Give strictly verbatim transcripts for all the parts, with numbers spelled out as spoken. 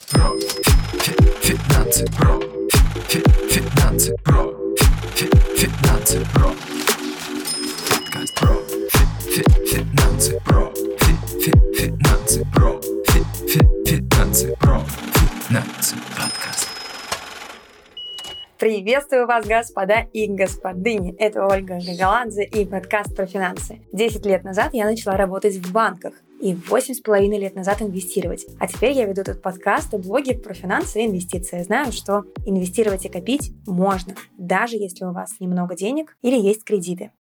про финансы, про финансы, про финансы, про подкаст про финансы, про финансы, про финансы, про финансы, подкаст. Приветствую вас, господа и господыни. Это Ольга Гагаладзе и подкаст про финансы. Десять лет назад я начала работать в банках и восемь с половиной лет назад инвестировать. А теперь я веду этот подкаст и блоги про финансы и инвестиции. Я знаю, что инвестировать и копить можно, даже если у вас немного денег или есть кредиты.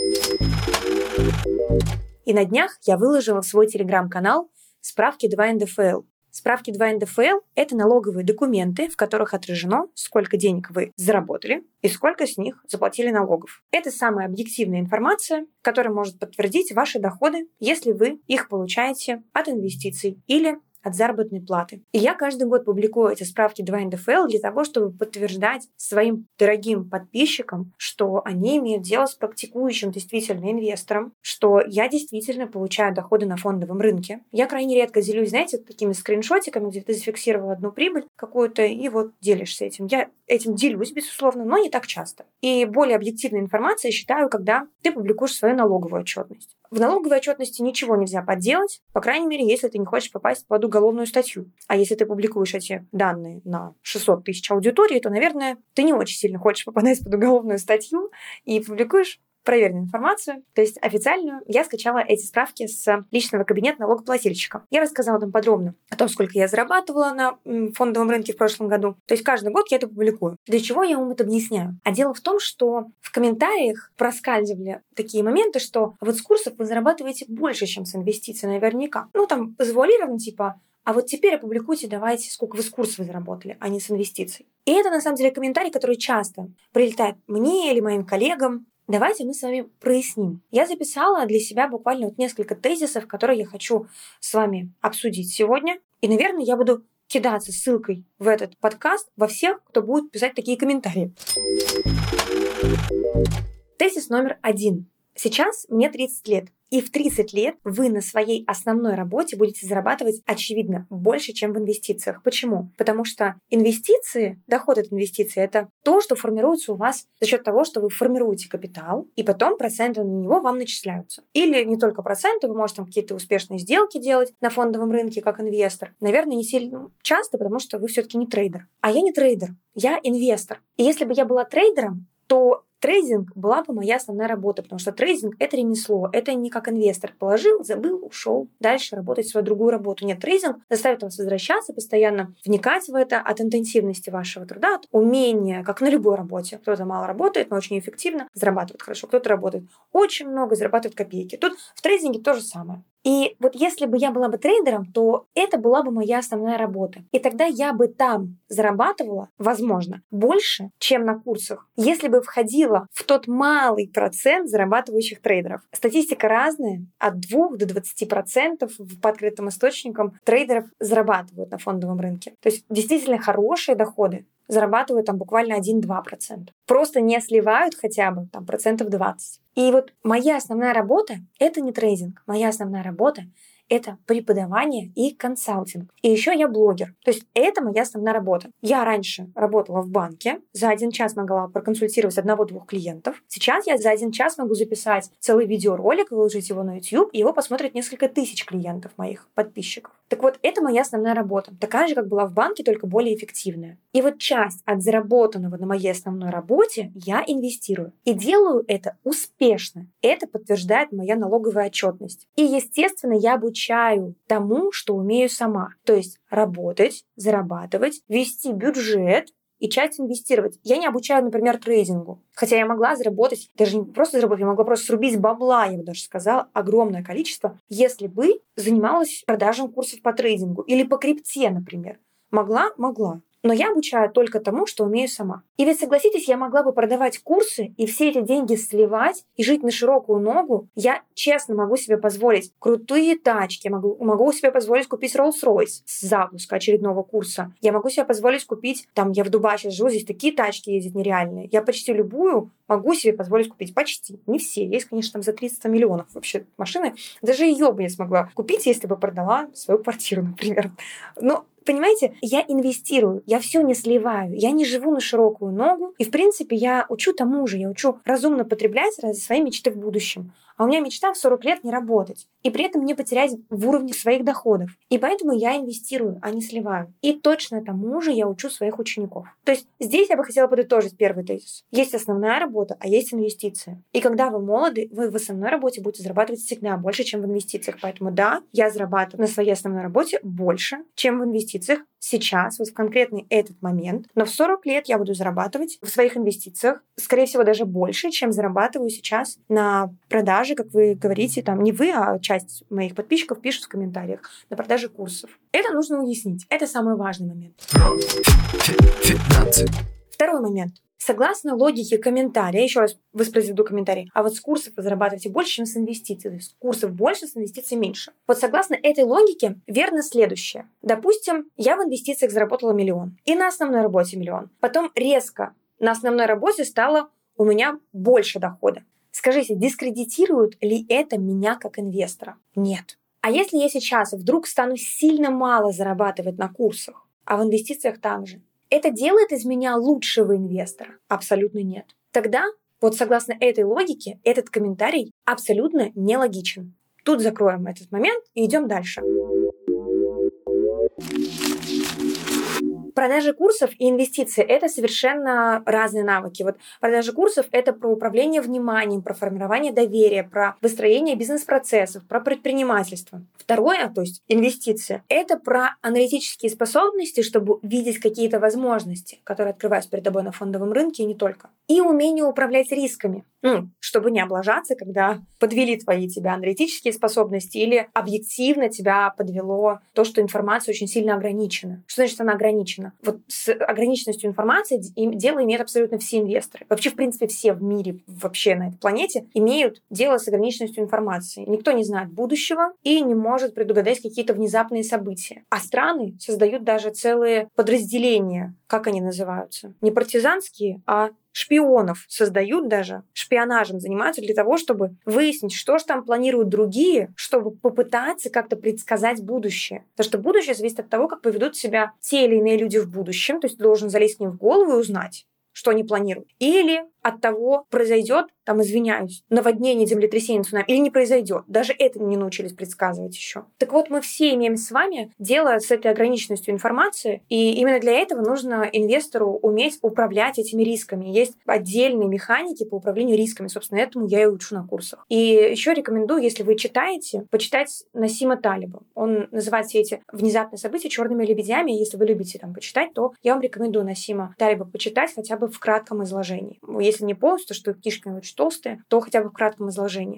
И на днях я выложила в свой телеграм-канал справки два эн дэ эф эл. Справки два эн дэ эф эл – это налоговые документы, в которых отражено, сколько денег вы заработали и сколько с них заплатили налогов. Это самая объективная информация, которая может подтвердить ваши доходы, если вы их получаете от инвестиций или от заработной платы. И я каждый год публикую эти справки два эн дэ эф эл для того, чтобы подтверждать своим дорогим подписчикам, что они имеют дело с практикующим действительно инвестором, что я действительно получаю доходы на фондовом рынке. Я крайне редко делюсь, знаете, такими скриншотиками, где ты зафиксировал одну прибыль какую-то и вот делишься этим. Я этим делюсь, безусловно, но не так часто. И более объективной информацией считаю, когда ты публикуешь свою налоговую отчетность. В налоговой отчетности ничего нельзя подделать, по крайней мере, если ты не хочешь попасть под уголовную статью. А если ты публикуешь эти данные на шестьсот тысяч аудитории, то, наверное, ты не очень сильно хочешь попадать под уголовную статью и публикуешь проверенную информацию, то есть официальную. Я скачала эти справки с личного кабинета налогоплательщика. Я рассказала там подробно о том, сколько я зарабатывала на фондовом рынке в прошлом году. То есть каждый год я это публикую. Для чего я вам это объясняю? А дело в том, что в комментариях проскальзывали такие моменты, что вот с курсов вы зарабатываете больше, чем с инвестиций наверняка. Ну, там завуалировано типа а вот теперь опубликуйте, давайте, сколько вы с курса вы заработали, а не с инвестиций. И это, на самом деле, комментарий, который часто прилетает мне или моим коллегам. Давайте мы с вами проясним. Я записала для себя буквально вот несколько тезисов, которые я хочу с вами обсудить сегодня. И, наверное, я буду кидаться ссылкой в этот подкаст во всех, кто будет писать такие комментарии. Тезис номер один. Сейчас мне тридцать лет. И в тридцать лет вы на своей основной работе будете зарабатывать, очевидно, больше, чем в инвестициях. Почему? Потому что инвестиции, доход от инвестиций, это то, что формируется у вас за счет того, что вы формируете капитал, и потом проценты на него вам начисляются. Или не только проценты, вы можете там какие-то успешные сделки делать на фондовом рынке как инвестор. Наверное, не сильно часто, потому что вы все-таки не трейдер. А я не трейдер, я инвестор. И если бы я была трейдером, то трейдинг была бы моя основная работа, потому что трейдинг — это ремесло, это не как инвестор. Положил, забыл, ушел, дальше работать свою другую работу. Нет, трейдинг заставит вас возвращаться, постоянно вникать в это от интенсивности вашего труда, от умения, как на любой работе. Кто-то мало работает, но очень эффективно, зарабатывает хорошо. Кто-то работает очень много, зарабатывает копейки. Тут в трейдинге то же самое. И вот если бы я была бы трейдером, то это была бы моя основная работа. И тогда я бы там зарабатывала, возможно, больше, чем на курсах, если бы входила в тот малый процент зарабатывающих трейдеров. Статистика разная. От двух до двадцати процентов по открытым источникам трейдеров зарабатывают на фондовом рынке. То есть действительно хорошие доходы зарабатывают там буквально один-два процента. Просто не сливают хотя бы там процентов двадцать. И вот моя основная работа — это не трейдинг. Моя основная работа — это преподавание и консалтинг. И еще я блогер. То есть это моя основная работа. Я раньше работала в банке. За один час могла проконсультировать одного-двух клиентов. Сейчас я за один час могу записать целый видеоролик, выложить его на YouTube, и его посмотрят несколько тысяч клиентов моих, подписчиков. Так вот, это моя основная работа. Такая же, как была в банке, только более эффективная. И вот часть от заработанного на моей основной работе я инвестирую. И делаю это успешно. Это подтверждает моя налоговая отчетность. И, естественно, я обучаю тому, что умею сама. То есть работать, зарабатывать, вести бюджет и часть инвестировать. Я не обучаю, например, трейдингу. Хотя я могла заработать, даже не просто заработать, я могла просто срубить бабла, я бы даже сказала, огромное количество, если бы занималась продажей курсов по трейдингу или по крипте, например. Могла? Могла. Но я обучаю только тому, что умею сама. И ведь, согласитесь, я могла бы продавать курсы и все эти деньги сливать и жить на широкую ногу. Я честно могу себе позволить крутые тачки, я могу, могу себе позволить купить Rolls-Royce с запуска очередного курса. Я могу себе позволить купить, там, я в Дубае сейчас живу, здесь такие тачки ездят нереальные. Я почти любую могу себе позволить купить. Почти. Не все. Есть, конечно, там за триста миллионов вообще машины. Даже ее бы я смогла купить, если бы продала свою квартиру, например. Но Понимаете, я инвестирую, я все не сливаю, я не живу на широкую ногу, и, в принципе, я учу тому же, я учу разумно потреблять ради своей мечты в будущем. А у меня мечта в сорок лет не работать, и при этом не потерять в уровне своих доходов. И поэтому я инвестирую, а не сливаю. И точно тому же я учу своих учеников. То есть здесь я бы хотела подытожить первый тезис. Есть основная работа, а есть инвестиции. И когда вы молоды, вы в основной работе будете зарабатывать всегда больше, чем в инвестициях. Поэтому да, я зарабатываю на своей основной работе больше, чем в инвестициях сейчас, вот в конкретный этот момент. Но в сорок лет я буду зарабатывать в своих инвестициях, скорее всего, даже больше, чем зарабатываю сейчас на продаже, как вы говорите, там не вы, а часть моих подписчиков пишут в комментариях, на продаже курсов. Это нужно уяснить. Это самый важный момент. Второй момент. Согласно логике комментария, еще раз воспроизведу комментарий, а вот с курсов вы зарабатываете больше, чем с инвестиций. То есть с курсов больше, с инвестиций меньше. Вот согласно этой логике верно следующее. Допустим, я в инвестициях заработала миллион. И на основной работе миллион. Потом резко на основной работе стало у меня больше дохода. Скажите, дискредитирует ли это меня как инвестора? Нет. А если я сейчас вдруг стану сильно мало зарабатывать на курсах, а в инвестициях также? Это делает из меня лучшего инвестора? Абсолютно нет. Тогда, вот согласно этой логике, этот комментарий абсолютно нелогичен. Тут закроем этот момент и идем дальше. Продажа курсов и инвестиции – это совершенно разные навыки. Вот продажа курсов – это про управление вниманием, про формирование доверия, про выстроение бизнес-процессов, про предпринимательство. Второе, то есть инвестиции – это про аналитические способности, чтобы видеть какие-то возможности, которые открываются перед тобой на фондовом рынке и не только. И умение управлять рисками, ну, чтобы не облажаться, когда подвели твои тебя аналитические способности или объективно тебя подвело то, что информация очень сильно ограничена. Что значит она ограничена? Вот с ограниченностью информации дело имеют абсолютно все инвесторы. Вообще, в принципе, все в мире, вообще на этой планете имеют дело с ограниченностью информации. Никто не знает будущего и не может предугадать какие-то внезапные события. А страны создают даже целые подразделения, как они называются? Не партизанские, а шпионов создают даже, шпионажем занимаются для того, чтобы выяснить, что же там планируют другие, чтобы попытаться как-то предсказать будущее. Потому что будущее зависит от того, как поведут себя те или иные люди в будущем. То есть ты должен залезть к ним в голову и узнать, что они планируют. Или от того, произойдет, там, извиняюсь, наводнение, землетрясение, цунами, или не произойдет. Даже это не научились предсказывать еще. Так вот, мы все имеем с вами дело с этой ограниченностью информации, и именно для этого нужно инвестору уметь управлять этими рисками. Есть отдельные механики по управлению рисками, собственно, этому я и учу на курсах. И еще рекомендую, если вы читаете, почитать Нассима Талеба. Он называет все эти внезапные события черными лебедями. Если вы любите там почитать, то я вам рекомендую Нассима Талеба почитать хотя бы в кратком изложении. Если не полностью, что книжки очень толстые, то хотя бы в кратком изложении.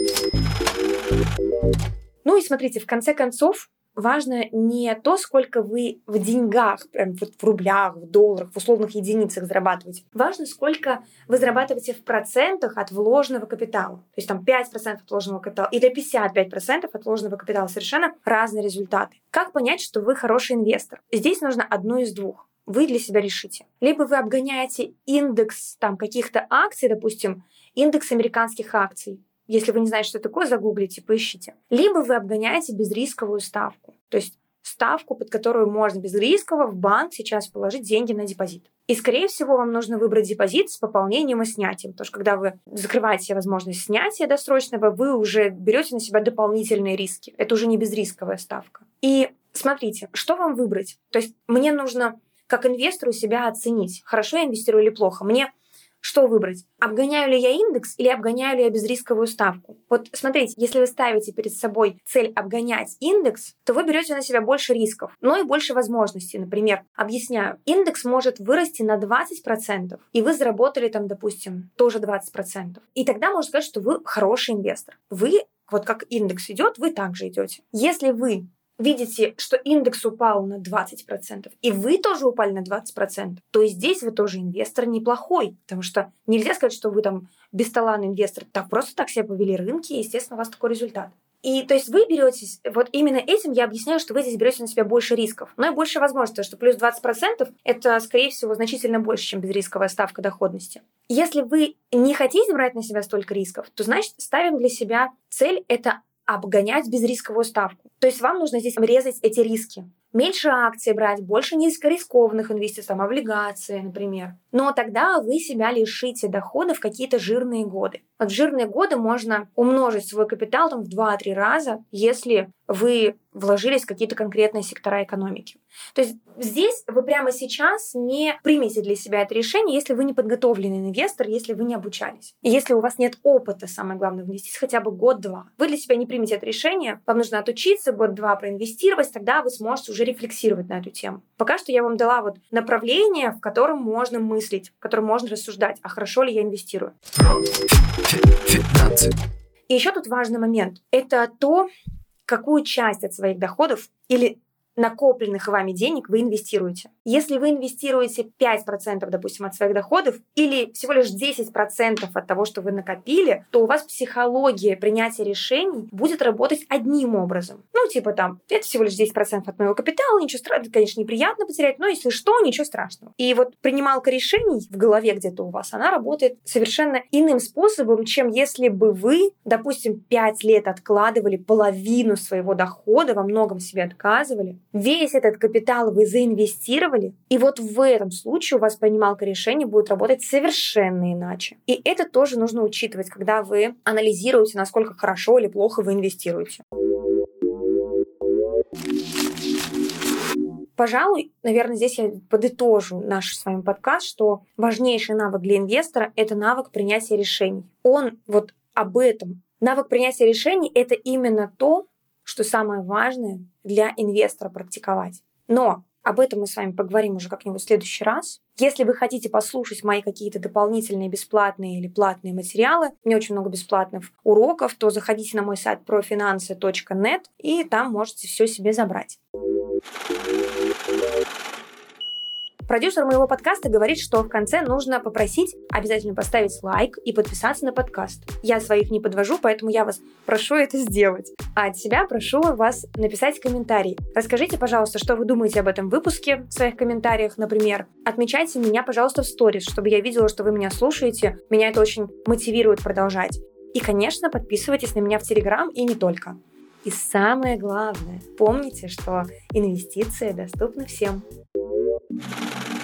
Ну и смотрите, в конце концов, важно не то, сколько вы в деньгах, прям вот в рублях, в долларах, в условных единицах зарабатываете. Важно, сколько вы зарабатываете в процентах от вложенного капитала. То есть там пять процентов от вложенного капитала или пятьдесят пять процентов от вложенного капитала. Совершенно разные результаты. Как понять, что вы хороший инвестор? Здесь нужно одно из двух. Вы для себя решите. Либо вы обгоняете индекс там, каких-то акций, допустим, индекс американских акций. Если вы не знаете, что это такое, загуглите, поищите. Либо вы обгоняете безрисковую ставку. То есть ставку, под которую можно безрисково в банк сейчас положить деньги на депозит. И, скорее всего, вам нужно выбрать депозит с пополнением и снятием. Потому что когда вы закрываете возможность снятия досрочного, вы уже берете на себя дополнительные риски. Это уже не безрисковая ставка. И смотрите, что вам выбрать? То есть мне нужно как инвестору себя оценить, хорошо я инвестирую или плохо. Мне что выбрать? Обгоняю ли я индекс или обгоняю ли я безрисковую ставку? Вот смотрите, если вы ставите перед собой цель обгонять индекс, то вы берете на себя больше рисков, но и больше возможностей. Например, объясняю, индекс может вырасти на двадцать процентов, и вы заработали там, допустим, тоже двадцать процентов. И тогда можно сказать, что вы хороший инвестор. Вы, вот как индекс идет, вы также идете. Если вы видите, что индекс упал на двадцать процентов, и вы тоже упали на двадцать процентов, то и здесь вы тоже инвестор неплохой, потому что нельзя сказать, что вы там бесталанный инвестор, так просто так себя повели рынки, и, естественно, у вас такой результат. И то есть вы беретесь, вот именно этим я объясняю, что вы здесь берете на себя больше рисков, но и больше возможностей, потому что плюс двадцать процентов это, скорее всего, значительно больше, чем безрисковая ставка доходности. Если вы не хотите брать на себя столько рисков, то, значит, ставим для себя цель – это обгонять безрисковую ставку. То есть вам нужно здесь резать эти риски. меньше акций брать, больше низкорискованных инвестиций, там, облигации, например. Но тогда вы себя лишите дохода в какие-то жирные годы. Вот в жирные годы можно умножить свой капитал там, в два-три раза, если вы вложились в какие-то конкретные сектора экономики. То есть здесь вы прямо сейчас не примете для себя это решение, если вы не подготовленный инвестор, если вы не обучались. И если у вас нет опыта, самое главное, в инвестициях, хотя бы год-два. Вы для себя не примете это решение, вам нужно отучиться, год-два проинвестировать, тогда вы сможете уже рефлексировать на эту тему. Пока что я вам дала вот направление, в котором можно мыслить, в котором можно рассуждать, а хорошо ли я инвестирую. И еще тут важный момент. Это то, какую часть от своих доходов или накопленных вами денег вы инвестируете. Если вы инвестируете пять процентов, допустим, от своих доходов или всего лишь десять процентов от того, что вы накопили, то у вас психология принятия решений будет работать одним образом. Ну, типа там, это всего лишь десять процентов от моего капитала, ничего страшного, конечно, неприятно потерять, но если что, ничего страшного. И вот принималка решений в голове где-то у вас, она работает совершенно иным способом, чем если бы вы, допустим, пять лет откладывали половину своего дохода, во многом себе отказывали, весь этот капитал вы заинвестировали, и вот в этом случае у вас принималка решений будет работать совершенно иначе. И это тоже нужно учитывать, когда вы анализируете, насколько хорошо или плохо вы инвестируете. Пожалуй, наверное, здесь я подытожу наш с вами подкаст, что важнейший навык для инвестора – это навык принятия решений. Он вот об этом. Навык принятия решений – это именно то, что самое важное для инвестора практиковать. Но об этом мы с вами поговорим уже как-нибудь в следующий раз. Если вы хотите послушать мои какие-то дополнительные бесплатные или платные материалы, у меня очень много бесплатных уроков, то заходите на мой сайт профинансы точка нет и там можете все себе забрать. Продюсер моего подкаста говорит, что в конце нужно попросить обязательно поставить лайк и подписаться на подкаст. Я своих не подвожу, поэтому я вас прошу это сделать. А от себя прошу вас написать комментарий. Расскажите, пожалуйста, что вы думаете об этом выпуске в своих комментариях, например. Отмечайте меня, пожалуйста, в сторис, чтобы я видела, что вы меня слушаете. Меня это очень мотивирует продолжать. И, конечно, подписывайтесь на меня в Телеграм и не только. И самое главное, помните, что инвестиции доступны всем. Thank you.